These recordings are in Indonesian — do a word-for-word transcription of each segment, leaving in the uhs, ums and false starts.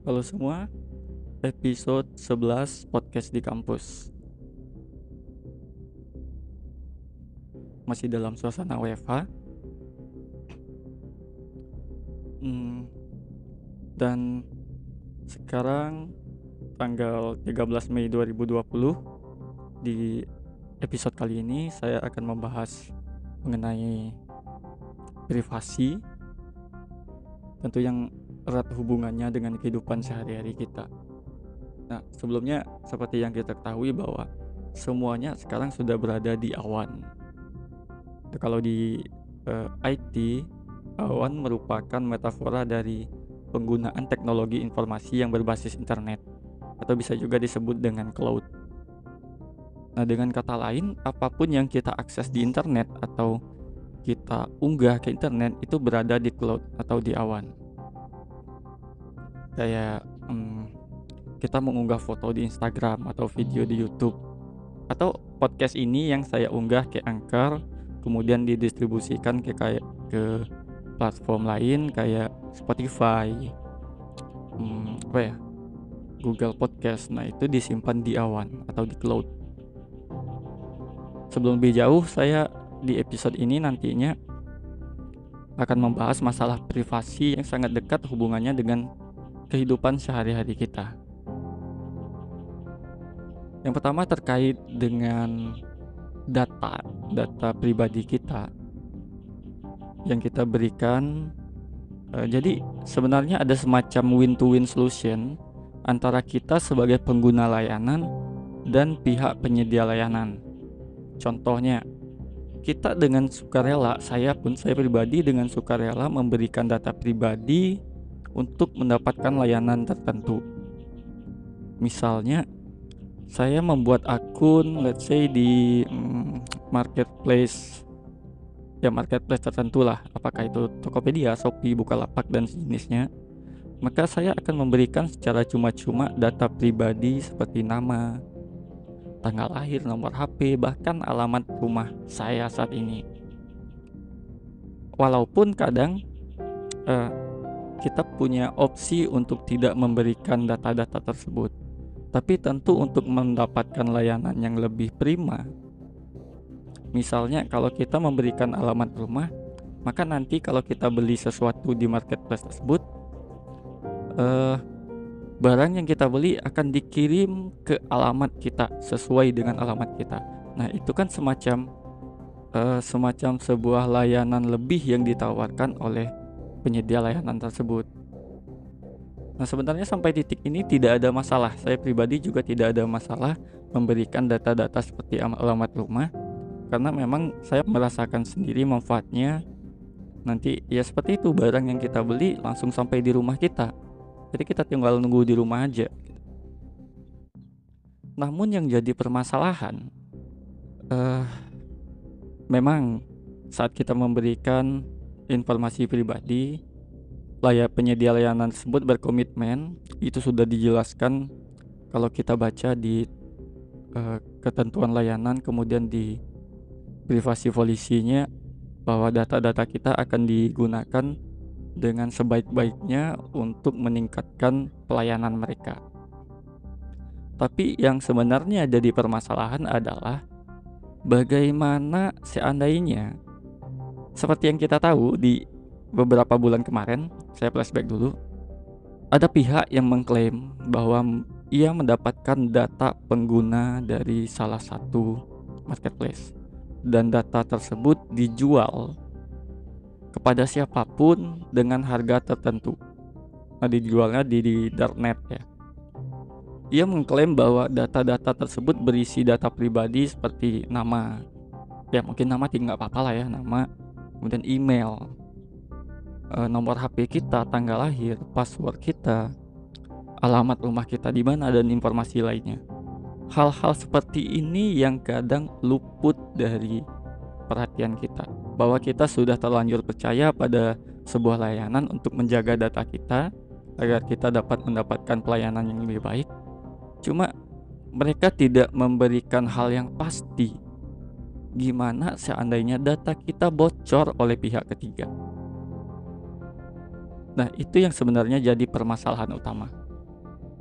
Halo semua, episode sebelas podcast di kampus. Masih dalam suasana W F H. Hmm, dan sekarang tanggal tiga belas Mei dua ribu dua puluh. Di episode kali ini saya akan membahas mengenai privasi, tentu yang erat hubungannya dengan kehidupan sehari-hari kita. Nah, sebelumnya seperti yang kita ketahui bahwa semuanya sekarang sudah berada di awan. Kalau di eh, I T, awan merupakan metafora dari penggunaan teknologi informasi yang berbasis internet, atau bisa juga disebut dengan cloud. Nah, dengan kata lain, apapun yang kita akses di internet atau kita unggah ke internet itu berada di cloud atau di awan. Kayak hmm, kita mengunggah foto di Instagram atau video di YouTube, atau podcast ini yang saya unggah ke Anchor, kemudian didistribusikan ke kayak ke platform lain kayak Spotify, hmm, apa ya, Google Podcast. Nah, itu disimpan di awan atau di cloud. Sebelum lebih jauh, saya di episode ini nantinya akan membahas masalah privasi yang sangat dekat hubungannya dengan kehidupan sehari-hari kita. Yang pertama terkait dengan data, data pribadi kita yang kita berikan. Uh, jadi sebenarnya ada semacam win-to-win solution antara kita sebagai pengguna layanan dan pihak penyedia layanan. Contohnya, kita dengan sukarela, saya pun saya pribadi dengan sukarela memberikan data pribadi untuk mendapatkan layanan tertentu. Misalnya, saya membuat akun, let's say di mm, marketplace, ya marketplace tertentu lah, apakah itu Tokopedia, Shopee, Bukalapak dan sejenisnya. Maka saya akan memberikan secara cuma-cuma data pribadi seperti nama, tanggal lahir, nomor H P, bahkan alamat rumah saya saat ini. Walaupun kadang uh, kita punya opsi untuk tidak memberikan data-data tersebut, tapi tentu untuk mendapatkan layanan yang lebih prima. Misalnya kalau kita memberikan alamat rumah, maka nanti kalau kita beli sesuatu di marketplace tersebut, uh, barang yang kita beli akan dikirim ke alamat kita sesuai dengan alamat kita. Nah, itu kan semacam uh, semacam sebuah layanan lebih yang ditawarkan oleh penyedia layanan tersebut. Nah, sebenarnya sampai titik ini tidak ada masalah. Saya pribadi juga tidak ada masalah memberikan data-data seperti alamat rumah, karena memang saya merasakan sendiri manfaatnya. Nanti ya seperti itu, barang yang kita beli langsung sampai di rumah kita. Jadi kita tinggal nunggu di rumah aja. Namun yang jadi permasalahan, uh, memang saat kita memberikan informasi pribadi, layak penyedia layanan tersebut berkomitmen, itu sudah dijelaskan kalau kita baca di uh, ketentuan layanan, kemudian di privasi polisinya, bahwa data-data kita akan digunakan dengan sebaik-baiknya untuk meningkatkan pelayanan mereka. Tapi yang sebenarnya jadi permasalahan adalah bagaimana seandainya, seperti yang kita tahu di beberapa bulan kemarin, saya flashback dulu, ada pihak yang mengklaim bahwa ia mendapatkan data pengguna dari salah satu marketplace, dan data tersebut dijual kepada siapapun dengan harga tertentu. Nah, dijualnya di, di darknet ya. Ia mengklaim bahwa data-data tersebut berisi data pribadi seperti nama, ya mungkin nama tinggal apa-apa lah ya, nama, kemudian email, e, nomor H P kita, tanggal lahir, password kita, alamat rumah kita di mana, dan informasi lainnya. Hal-hal seperti ini yang kadang luput dari perhatian kita, bahwa kita sudah terlanjur percaya pada sebuah layanan untuk menjaga data kita agar kita dapat mendapatkan pelayanan yang lebih baik. Cuma mereka tidak memberikan hal yang pasti. Gimana seandainya data kita bocor oleh pihak ketiga? Nah, itu yang sebenarnya jadi permasalahan utama.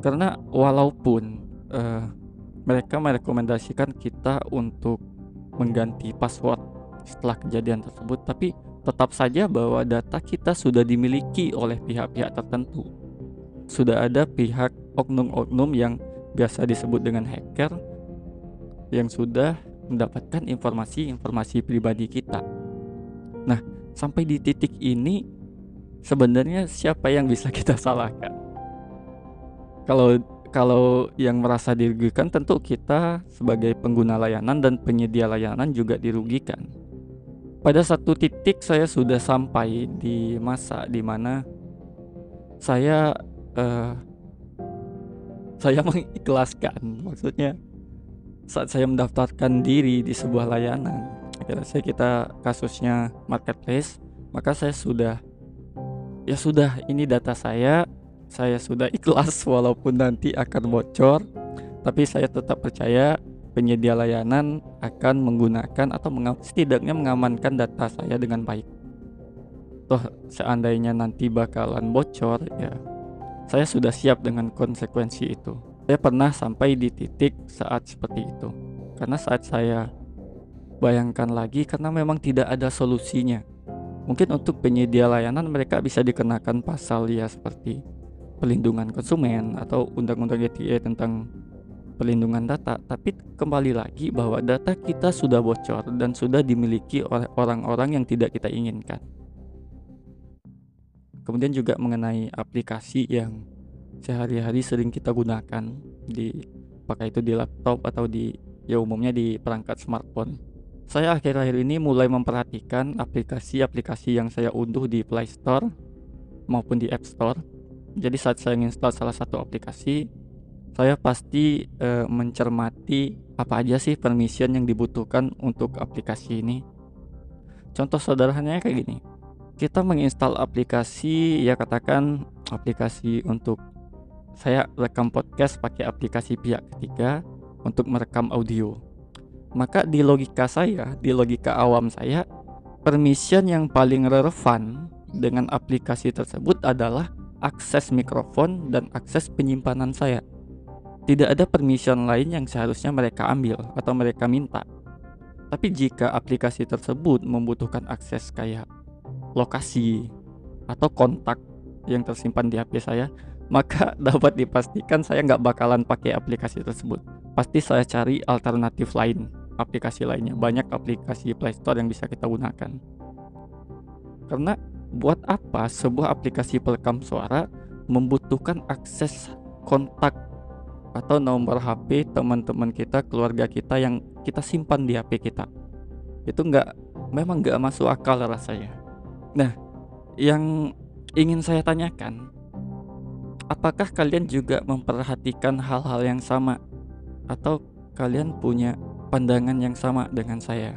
Karena walaupun uh, mereka merekomendasikan kita untuk mengganti password setelah kejadian tersebut, tapi tetap saja bahwa data kita sudah dimiliki oleh pihak-pihak tertentu. Sudah ada pihak oknum-oknum yang biasa disebut dengan hacker yang sudah mendapatkan informasi-informasi pribadi kita. Nah, sampai di titik ini sebenarnya siapa yang bisa kita salahkan? Kalau kalau yang merasa dirugikan tentu kita sebagai pengguna layanan dan penyedia layanan juga dirugikan. Pada satu titik saya sudah sampai di masa di mana saya uh, saya mengikhlaskan, maksudnya saat saya mendaftarkan diri di sebuah layanan, akhirnya saya kita kasusnya marketplace, maka saya sudah ya sudah ini data saya, saya sudah ikhlas walaupun nanti akan bocor, tapi saya tetap percaya penyedia layanan akan menggunakan atau mengam, setidaknya mengamankan data saya dengan baik. Toh seandainya nanti bakalan bocor, ya saya sudah siap dengan konsekuensi itu. Saya pernah sampai di titik saat seperti itu, karena saat saya bayangkan lagi, karena memang tidak ada solusinya. Mungkin untuk penyedia layanan mereka bisa dikenakan pasal ya seperti pelindungan konsumen atau undang-undang I T E tentang pelindungan data, tapi kembali lagi bahwa data kita sudah bocor dan sudah dimiliki oleh orang-orang yang tidak kita inginkan. Kemudian juga mengenai aplikasi yang sehari-hari sering kita gunakan, di pakai itu di laptop atau di ya umumnya di perangkat smartphone. Saya akhir-akhir ini mulai memperhatikan aplikasi-aplikasi yang saya unduh di Play Store maupun di App Store. Jadi saat saya install salah satu aplikasi, saya pasti e, mencermati apa aja sih permission yang dibutuhkan untuk aplikasi ini. Contoh sederhananya kayak gini. Kita menginstal aplikasi, ya katakan aplikasi untuk saya rekam podcast pakai aplikasi pihak ketiga untuk merekam audio. Maka di logika saya, di logika awam saya, permission yang paling relevan dengan aplikasi tersebut adalah akses mikrofon dan akses penyimpanan saya. Tidak ada permission lain yang seharusnya mereka ambil atau mereka minta. Tapi jika aplikasi tersebut membutuhkan akses kayak lokasi atau kontak yang tersimpan di H P saya, maka dapat dipastikan saya nggak bakalan pakai aplikasi tersebut. Pasti saya cari alternatif lain, aplikasi lainnya. Banyak aplikasi Play Store yang bisa kita gunakan. Karena buat apa sebuah aplikasi perekam suara membutuhkan akses kontak atau nomor H P teman-teman kita, keluarga kita yang kita simpan di H P kita? Itu nggak, memang nggak masuk akal rasanya. Nah, yang ingin saya tanyakan, apakah kalian juga memperhatikan hal-hal yang sama? Atau kalian punya pandangan yang sama dengan saya?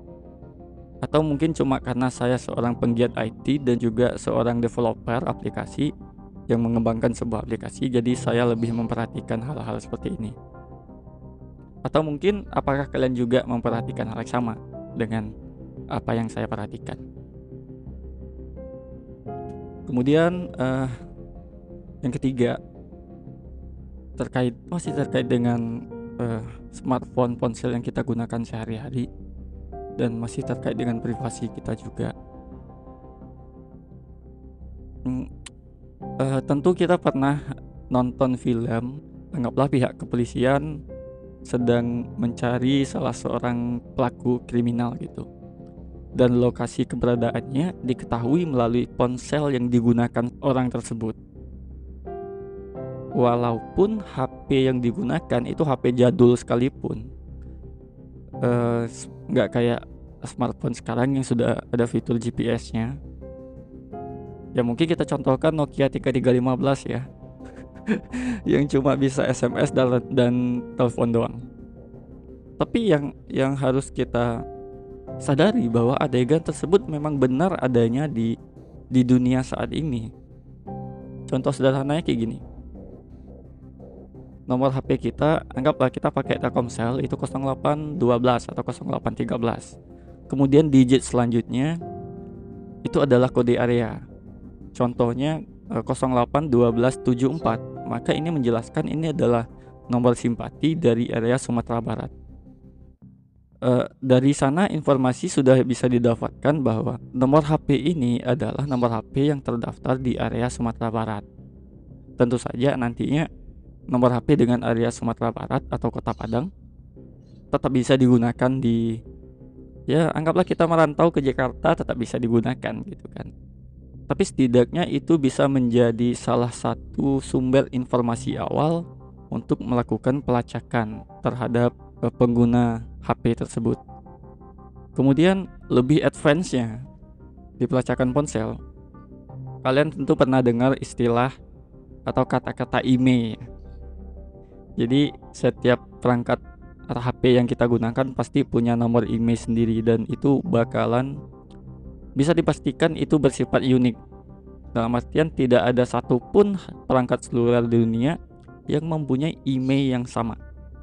Atau mungkin cuma karena saya seorang penggiat I T dan juga seorang developer aplikasi yang mengembangkan sebuah aplikasi, jadi saya lebih memperhatikan hal-hal seperti ini? Atau mungkin apakah kalian juga memperhatikan hal yang sama dengan apa yang saya perhatikan? Kemudian uh, yang ketiga, terkait masih terkait dengan uh, smartphone, ponsel yang kita gunakan sehari-hari, dan masih terkait dengan privasi kita juga. Hmm, uh, tentu kita pernah nonton film, anggaplah pihak kepolisian sedang mencari salah seorang pelaku kriminal gitu, dan lokasi keberadaannya diketahui melalui ponsel yang digunakan orang tersebut. Walaupun H P yang digunakan itu H P jadul sekalipun, nggak uh, kayak smartphone sekarang yang sudah ada fitur G P S-nya. Ya mungkin kita contohkan Nokia tiga tiga lima belas ya, yang cuma bisa S M S dan, dan telepon doang. Tapi yang yang harus kita sadari bahwa adegan tersebut memang benar adanya di di dunia saat ini. Contoh sederhananya kayak gini. Nomor H P kita, anggaplah kita pakai Telkomsel, itu nol delapan satu dua atau nol delapan tiga belas. Kemudian digit selanjutnya itu adalah kode area. Contohnya nol delapan satu dua tujuh empat. maka ini menjelaskan ini adalah nomor simpati dari area Sumatera Barat. Uh, dari sana informasi sudah bisa didapatkan bahwa nomor H P ini adalah nomor H P yang terdaftar di area Sumatera Barat. Tentu saja nantinya nomor H P dengan area Sumatera Barat atau Kota Padang tetap bisa digunakan di, ya anggaplah kita merantau ke Jakarta, tetap bisa digunakan gitu kan. Tapi setidaknya itu bisa menjadi salah satu sumber informasi awal untuk melakukan pelacakan terhadap uh, pengguna H P tersebut. Kemudian lebih advance-nya di pelacakan ponsel, kalian tentu pernah dengar istilah atau kata-kata I M E I. Jadi setiap perangkat H P yang kita gunakan pasti punya nomor I M E I sendiri, dan itu bakalan bisa dipastikan itu bersifat unik. Dalam artian tidak ada satupun perangkat seluler di dunia yang mempunyai I M E I yang sama.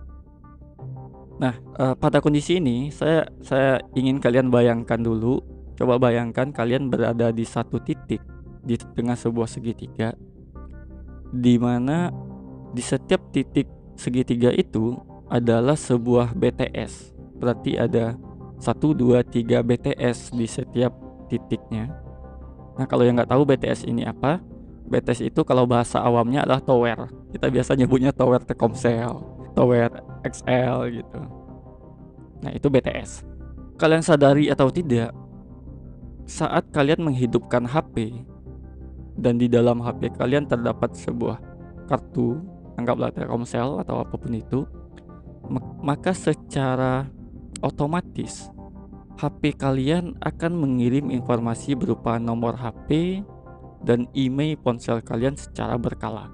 Nah, eh, pada kondisi ini saya saya ingin kalian bayangkan dulu, coba bayangkan kalian berada di satu titik di tengah sebuah segitiga, di mana di setiap titik segitiga itu adalah sebuah B T S. Berarti ada satu, dua, tiga B T S di setiap titiknya. Nah, kalau yang nggak tahu B T S ini apa, B T S itu kalau bahasa awamnya adalah tower. Kita biasa nyebutnya tower Telkomsel, tower X L gitu. Nah, itu B T S. Kalian sadari atau tidak, saat kalian menghidupkan H P dan di dalam H P kalian terdapat sebuah kartu, anggaplah Telkomsel atau apapun itu, maka secara otomatis H P kalian akan mengirim informasi berupa nomor H P dan email ponsel kalian secara berkala.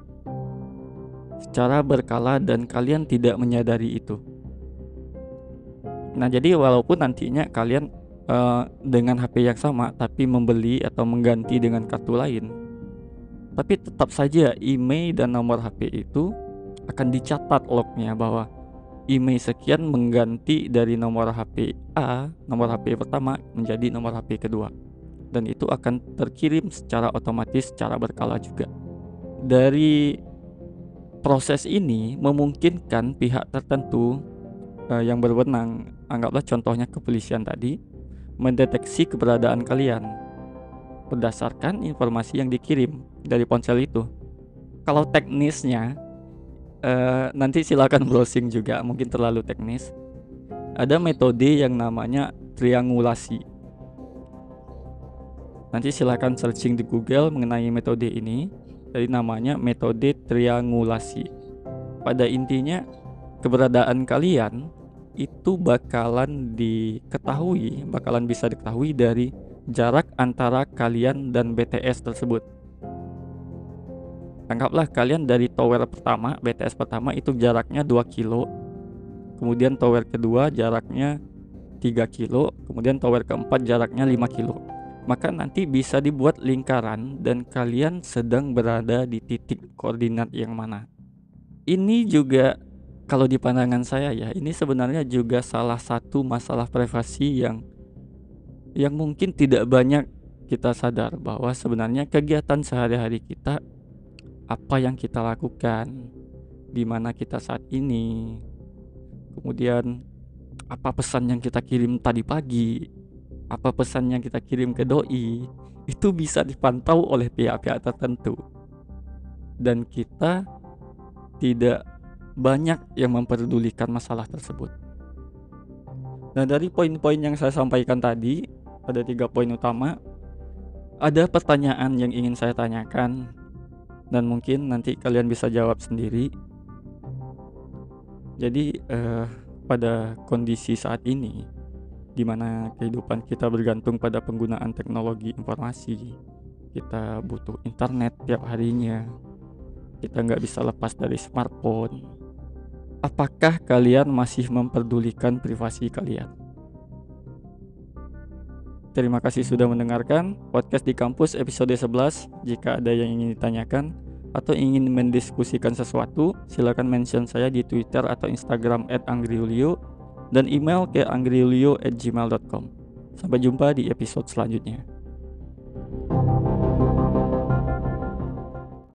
Secara berkala dan kalian tidak menyadari itu. Nah, jadi walaupun nantinya kalian uh, dengan H P yang sama tapi membeli atau mengganti dengan kartu lain, tapi tetap saja email dan nomor H P itu akan dicatat lognya bahwa email sekian mengganti dari nomor H P A, nomor H P pertama menjadi nomor H P kedua, dan itu akan terkirim secara otomatis secara berkala juga. Dari proses ini memungkinkan pihak tertentu eh, yang berwenang, anggaplah contohnya kepolisian tadi, mendeteksi keberadaan kalian berdasarkan informasi yang dikirim dari ponsel itu. Kalau teknisnya Uh, nanti silakan browsing juga, mungkin terlalu teknis. Ada metode yang namanya triangulasi. Nanti silakan searching di Google mengenai metode ini. Jadi namanya metode triangulasi. Pada intinya keberadaan kalian itu bakalan diketahui, bakalan bisa diketahui dari jarak antara kalian dan B T S tersebut. Anggaplah kalian dari tower pertama, B T S pertama itu jaraknya dua kilo, kemudian tower kedua jaraknya tiga kilo, kemudian tower keempat jaraknya lima kilo. Maka nanti bisa dibuat lingkaran dan kalian sedang berada di titik koordinat yang mana. Ini juga kalau di pandangan saya ya, ini sebenarnya juga salah satu masalah privasi yang yang mungkin tidak banyak kita sadar, bahwa sebenarnya kegiatan sehari-hari kita, apa yang kita lakukan, di mana kita saat ini, kemudian apa pesan yang kita kirim tadi pagi, apa pesan yang kita kirim ke doi, itu bisa dipantau oleh pihak-pihak tertentu, dan kita tidak banyak yang memperdulikan masalah tersebut. Nah, dari poin-poin yang saya sampaikan tadi, ada tiga poin utama. Ada pertanyaan yang ingin saya tanyakan, dan mungkin nanti kalian bisa jawab sendiri. Jadi eh, pada kondisi saat ini, di mana kehidupan kita bergantung pada penggunaan teknologi informasi, kita butuh internet tiap harinya, kita nggak bisa lepas dari smartphone. Apakah kalian masih memperdulikan privasi kalian? Terima kasih sudah mendengarkan podcast di kampus episode sebelas. Jika ada yang ingin ditanyakan atau ingin mendiskusikan sesuatu, silakan mention saya di Twitter atau Instagram et anggriulio dan email ke anggriulio at gmail dot com. Sampai jumpa di episode selanjutnya.